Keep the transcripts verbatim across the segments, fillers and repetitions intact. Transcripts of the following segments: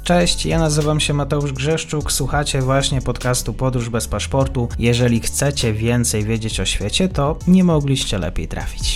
Cześć, ja nazywam się Mateusz Grzeszczuk, słuchacie właśnie podcastu Podróż bez paszportu. Jeżeli chcecie więcej wiedzieć o świecie, to nie mogliście lepiej trafić.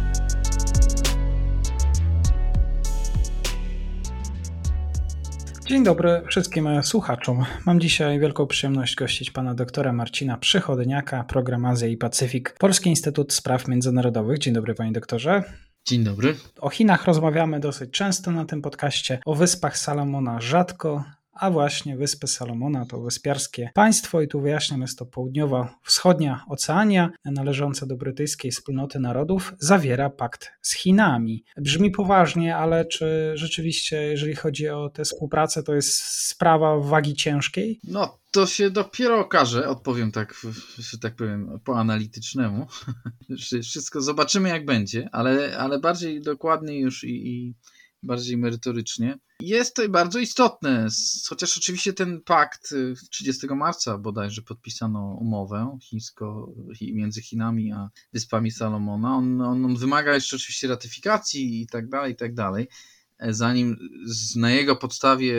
Dzień dobry wszystkim słuchaczom. Mam dzisiaj wielką przyjemność gościć pana doktora Marcina Przychodniaka, Program Azja i Pacyfik, Polski Instytut Spraw Międzynarodowych. Dzień dobry, panie doktorze. Dzień dobry. O Chinach rozmawiamy dosyć często na tym podcaście, o Wyspach Salomona rzadko, a właśnie Wyspy Salomona to wyspiarskie państwo i tu wyjaśniam, jest to południowo-wschodnia Oceania należąca do brytyjskiej wspólnoty narodów, zawiera pakt z Chinami. Brzmi poważnie, ale czy rzeczywiście, jeżeli chodzi o tę współpracę, to jest sprawa wagi ciężkiej? No, to się dopiero okaże, odpowiem tak, że tak powiem, po analitycznemu. Wszystko zobaczymy, jak będzie, ale, ale bardziej dokładnie już i, i bardziej merytorycznie. Jest to bardzo istotne, chociaż oczywiście ten pakt trzydziestego marca bodajże podpisano umowę chińsko, między Chinami a Wyspami Salomona. On, on, on wymaga jeszcze oczywiście ratyfikacji i tak dalej, i tak dalej, zanim na jego podstawie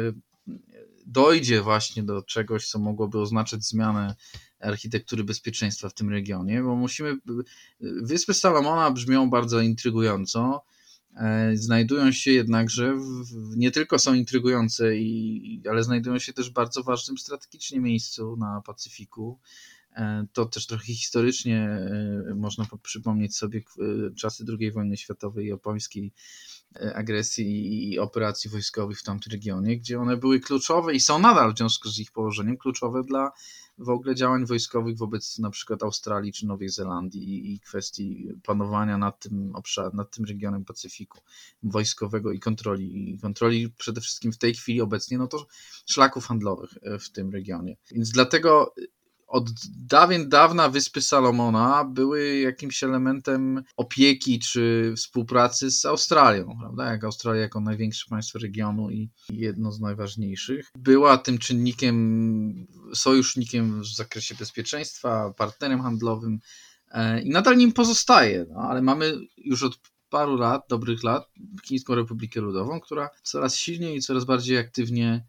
dojdzie właśnie do czegoś, co mogłoby oznaczać zmianę architektury bezpieczeństwa w tym regionie, bo musimy... Wyspy Salomona brzmią bardzo intrygująco, znajdują się jednakże, w, nie tylko są intrygujące, i, ale znajdują się też w bardzo ważnym strategicznie miejscu na Pacyfiku. To też trochę historycznie można przypomnieć sobie czasy drugiej wojny światowej i japońskiej agresji i operacji wojskowych w tamtym regionie, gdzie one były kluczowe i są nadal w związku z ich położeniem kluczowe dla w ogóle działań wojskowych wobec na przykład Australii czy Nowej Zelandii i kwestii panowania nad tym obszarem, nad tym regionem Pacyfiku wojskowego i kontroli, i kontroli przede wszystkim w tej chwili obecnie, no to szlaków handlowych w tym regionie. Więc dlatego od dawien dawna Wyspy Salomona były jakimś elementem opieki czy współpracy z Australią, prawda? Jak Australia jako największe państwo regionu i jedno z najważniejszych. Była tym czynnikiem, sojusznikiem w zakresie bezpieczeństwa, partnerem handlowym i nadal nim pozostaje, no, ale mamy już od paru lat, dobrych lat, Chińską Republikę Ludową, która coraz silniej i coraz bardziej aktywnie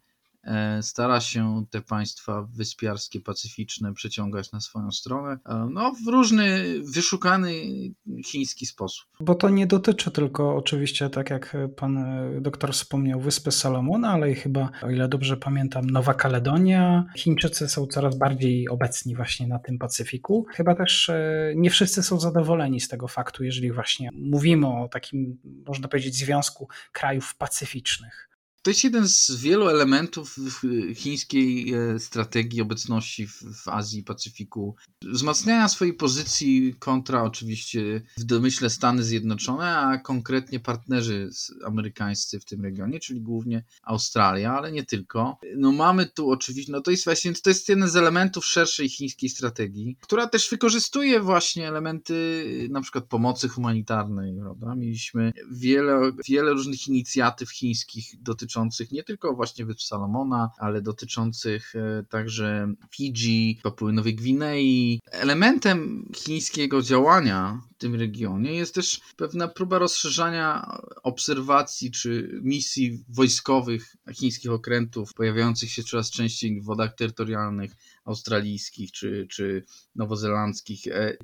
stara się te państwa wyspiarskie, pacyficzne przeciągać na swoją stronę, no w różny, wyszukany chiński sposób. Bo to nie dotyczy tylko oczywiście, tak jak pan doktor wspomniał, Wyspy Salomona, ale i chyba, o ile dobrze pamiętam, Nowa Kaledonia. Chińczycy są coraz bardziej obecni właśnie na tym Pacyfiku. Chyba też nie wszyscy są zadowoleni z tego faktu, jeżeli właśnie mówimy o takim, można powiedzieć, związku krajów pacyficznych. To jest jeden z wielu elementów chińskiej strategii obecności w Azji i Pacyfiku. Wzmacniania swojej pozycji kontra oczywiście w domyśle Stany Zjednoczone, a konkretnie partnerzy amerykańscy w tym regionie, czyli głównie Australia, ale nie tylko. No mamy tu oczywiście, no to jest właśnie, to jest jeden z elementów szerszej chińskiej strategii, która też wykorzystuje właśnie elementy na przykład pomocy humanitarnej, prawda? Mieliśmy wiele, wiele różnych inicjatyw chińskich dotyczących nie tylko właśnie Wysp Salomona, ale dotyczących także Fidżi, Papui Nowej Gwinei. Elementem chińskiego działania w tym regionie jest też pewna próba rozszerzania obserwacji czy misji wojskowych chińskich okrętów pojawiających się coraz częściej w wodach terytorialnych australijskich czy, czy nowozelandzkich.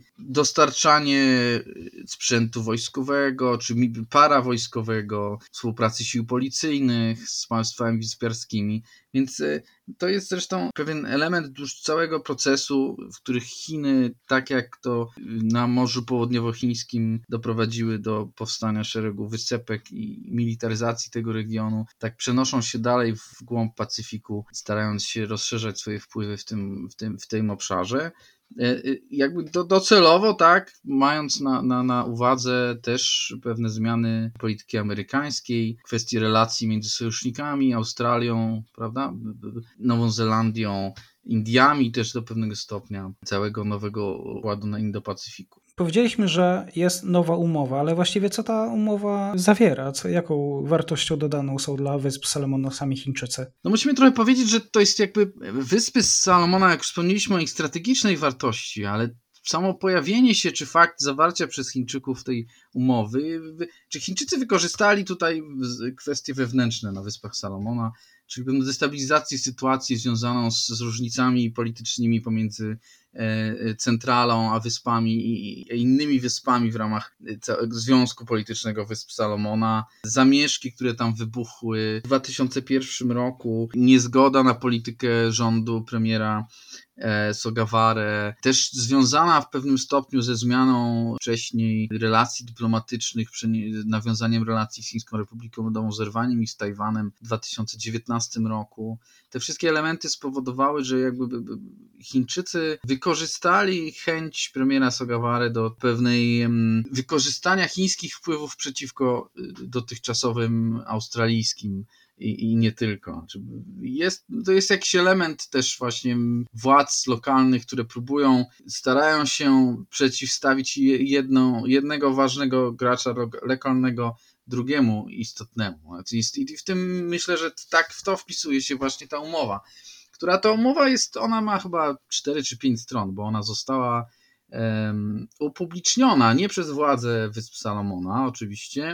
Dostarczanie sprzętu wojskowego czy parawojskowego, współpracy sił policyjnych z państwami wyspiarskimi. Więc to jest zresztą pewien element już całego procesu, w których Chiny, tak jak to na Morzu Południowochińskim doprowadziły do powstania szeregu wysepek i militaryzacji tego regionu, tak przenoszą się dalej w głąb Pacyfiku, starając się rozszerzać swoje wpływy w tym, w tym, w tym obszarze. Jakby do, docelowo, tak, mając na, na, na uwadze też pewne zmiany polityki amerykańskiej, kwestie relacji między sojusznikami, Australią, prawda, Nową Zelandią, Indiami też do pewnego stopnia, całego nowego ładu na Indo-Pacyfiku. Powiedzieliśmy, że jest nowa umowa, ale właściwie co ta umowa zawiera? Co, jaką wartością dodaną są dla Wysp Salomona sami Chińczycy? No musimy trochę powiedzieć, że to jest jakby Wyspy Salomona, jak już wspomnieliśmy o ich strategicznej wartości, ale samo pojawienie się, czy fakt zawarcia przez Chińczyków tej umowy, czy Chińczycy wykorzystali tutaj kwestie wewnętrzne na Wyspach Salomona, czyli pewną destabilizację sytuacji związaną z, z różnicami politycznymi pomiędzy centralą a wyspami i innymi wyspami w ramach Związku Politycznego Wysp Salomona, zamieszki, które tam wybuchły w dwa tysiące pierwszym roku, niezgoda na politykę rządu premiera Sogavare, też związana w pewnym stopniu ze zmianą wcześniej relacji dyplomatycznych, nawiązaniem relacji z Chińską Republiką Ludową, zerwaniem ich z Tajwanem w dwa tysiące dziewiętnastym roku. Te wszystkie elementy spowodowały, że jakby Chińczycy wykorzystali chęć premiera Sogavare do pewnej wykorzystania chińskich wpływów przeciwko dotychczasowym australijskim i, i nie tylko. Jest, to jest jakiś element też właśnie władz lokalnych, które próbują, starają się przeciwstawić jedną, jednego ważnego gracza lokalnego drugiemu istotnemu. I w tym myślę, że tak w to wpisuje się właśnie ta umowa, która ta umowa jest, ona ma chyba cztery czy pięć stron, bo ona została um, upubliczniona nie przez władze Wysp Salomona oczywiście,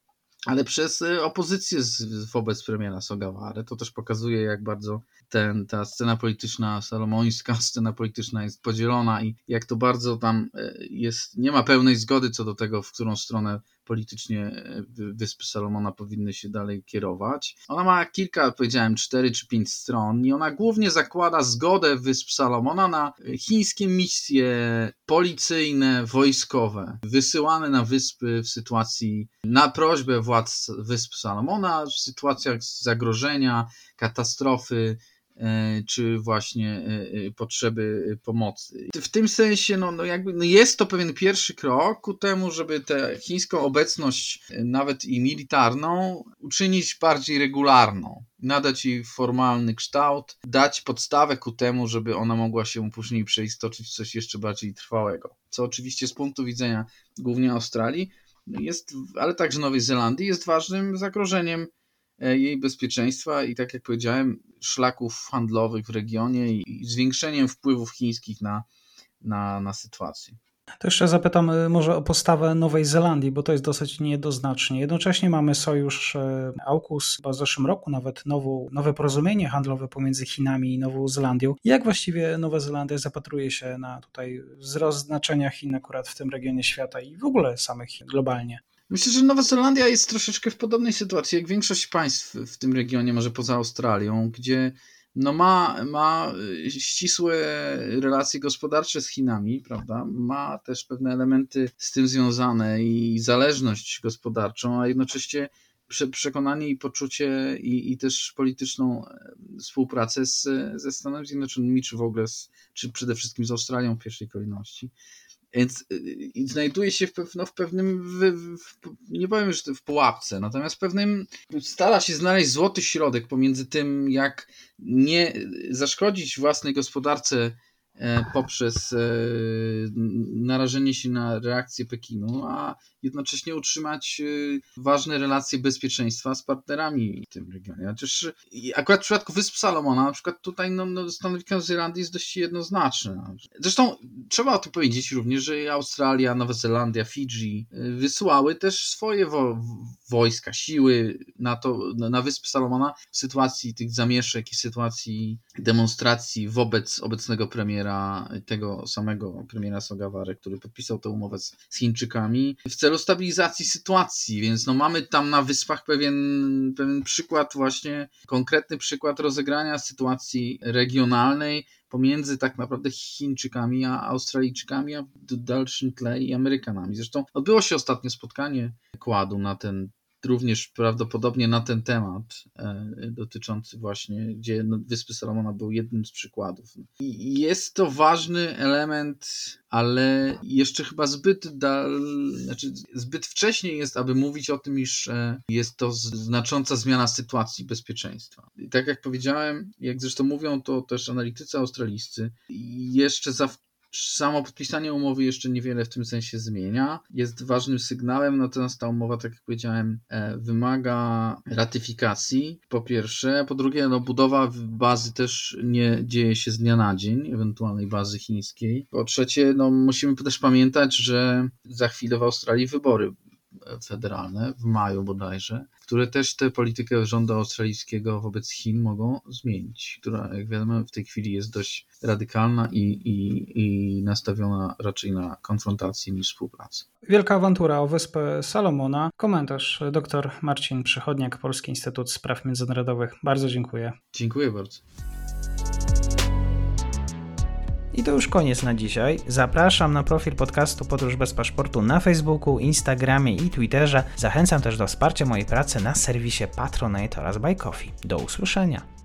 ale przez opozycję z, wobec premiera Sogavare. To też pokazuje, jak bardzo ten, ta scena polityczna salomońska, scena polityczna jest podzielona i jak to bardzo tam jest, nie ma pełnej zgody co do tego, w którą stronę politycznie Wyspy Salomona powinny się dalej kierować. Ona ma kilka, powiedziałem, cztery czy pięć stron i ona głównie zakłada zgodę Wysp Salomona na chińskie misje policyjne, wojskowe, wysyłane na wyspy w sytuacji, na prośbę władz Wysp Salomona, w sytuacjach zagrożenia, katastrofy, czy właśnie potrzeby pomocy. W tym sensie no, no jakby, no jest to pewien pierwszy krok ku temu, żeby tę chińską obecność, nawet i militarną, uczynić bardziej regularną, nadać jej formalny kształt, dać podstawę ku temu, żeby ona mogła się później przeistoczyć w coś jeszcze bardziej trwałego. Co oczywiście z punktu widzenia głównie Australii, jest, ale także Nowej Zelandii, jest ważnym zagrożeniem jej bezpieczeństwa i, tak jak powiedziałem, szlaków handlowych w regionie i zwiększeniem wpływów chińskich na, na, na sytuację. To jeszcze zapytam może o postawę Nowej Zelandii, bo to jest dosyć niejednoznacznie. Jednocześnie mamy sojusz AUKUS, chyba w zeszłym roku nawet nową, nowe porozumienie handlowe pomiędzy Chinami i Nową Zelandią. Jak właściwie Nowa Zelandia zapatruje się na tutaj wzrost znaczenia Chin akurat w tym regionie świata i w ogóle samych Chin globalnie? Myślę, że Nowa Zelandia jest troszeczkę w podobnej sytuacji jak większość państw w tym regionie, może poza Australią, gdzie no ma, ma ścisłe relacje gospodarcze z Chinami, prawda? Ma też pewne elementy z tym związane i zależność gospodarczą, a jednocześnie przekonanie i poczucie i, i też polityczną współpracę z, ze Stanami Zjednoczonymi, czy w ogóle, z, czy przede wszystkim z Australią w pierwszej kolejności. Więc znajduje się w, pew, no w pewnym, w, w, nie powiem już w pułapce, natomiast w pewnym, stara się znaleźć złoty środek pomiędzy tym, jak nie zaszkodzić własnej gospodarce poprzez narażenie się na reakcję Pekinu, a jednocześnie utrzymać ważne relacje bezpieczeństwa z partnerami w tym regionie. Chociaż akurat w przypadku Wysp Salomona, na przykład tutaj no, no, stanowisko Zelandii jest dość jednoznaczne. Zresztą trzeba o tym powiedzieć również, że Australia, Nowa Zelandia, Fidżi wysłały też swoje wo- wojska, siły na, to, na Wyspy Salomona w sytuacji tych zamieszek i sytuacji demonstracji wobec obecnego premiera, tego samego premiera Sogavare, który podpisał tę umowę z, z Chińczykami w celu stabilizacji sytuacji, więc no mamy tam na wyspach pewien, pewien przykład właśnie, konkretny przykład rozegrania sytuacji regionalnej pomiędzy tak naprawdę Chińczykami a Australijczykami, a w dalszym tle i Amerykanami. Zresztą odbyło się ostatnio spotkanie Quadu na ten również prawdopodobnie na ten temat e, dotyczący właśnie, gdzie no, Wyspy Salomona był jednym z przykładów. I jest to ważny element, ale jeszcze chyba zbyt dal, znaczy zbyt wcześnie jest, aby mówić o tym, iż e, jest to znacząca zmiana sytuacji bezpieczeństwa. I tak jak powiedziałem, jak zresztą mówią to też analitycy australijscy, jeszcze za samo podpisanie umowy jeszcze niewiele w tym sensie zmienia. Jest ważnym sygnałem, natomiast ta umowa, tak jak powiedziałem, wymaga ratyfikacji, po pierwsze. Po drugie, no, budowa bazy też nie dzieje się z dnia na dzień, ewentualnej bazy chińskiej. Po trzecie, no, musimy też pamiętać, że za chwilę w Australii wybory federalne w maju bodajże, które też tę politykę rządu australijskiego wobec Chin mogą zmienić, która jak wiadomo w tej chwili jest dość radykalna i, i, i nastawiona raczej na konfrontację niż współpracę. Wielka awantura o Wyspę Salomona. Komentarz dr Marcin Przychodniak, Polski Instytut Spraw Międzynarodowych. Bardzo dziękuję. Dziękuję bardzo. I to już koniec na dzisiaj. Zapraszam na profil podcastu Podróż bez paszportu na Facebooku, Instagramie i Twitterze. Zachęcam też do wsparcia mojej pracy na serwisie Patronite oraz Buy Coffee. Do usłyszenia.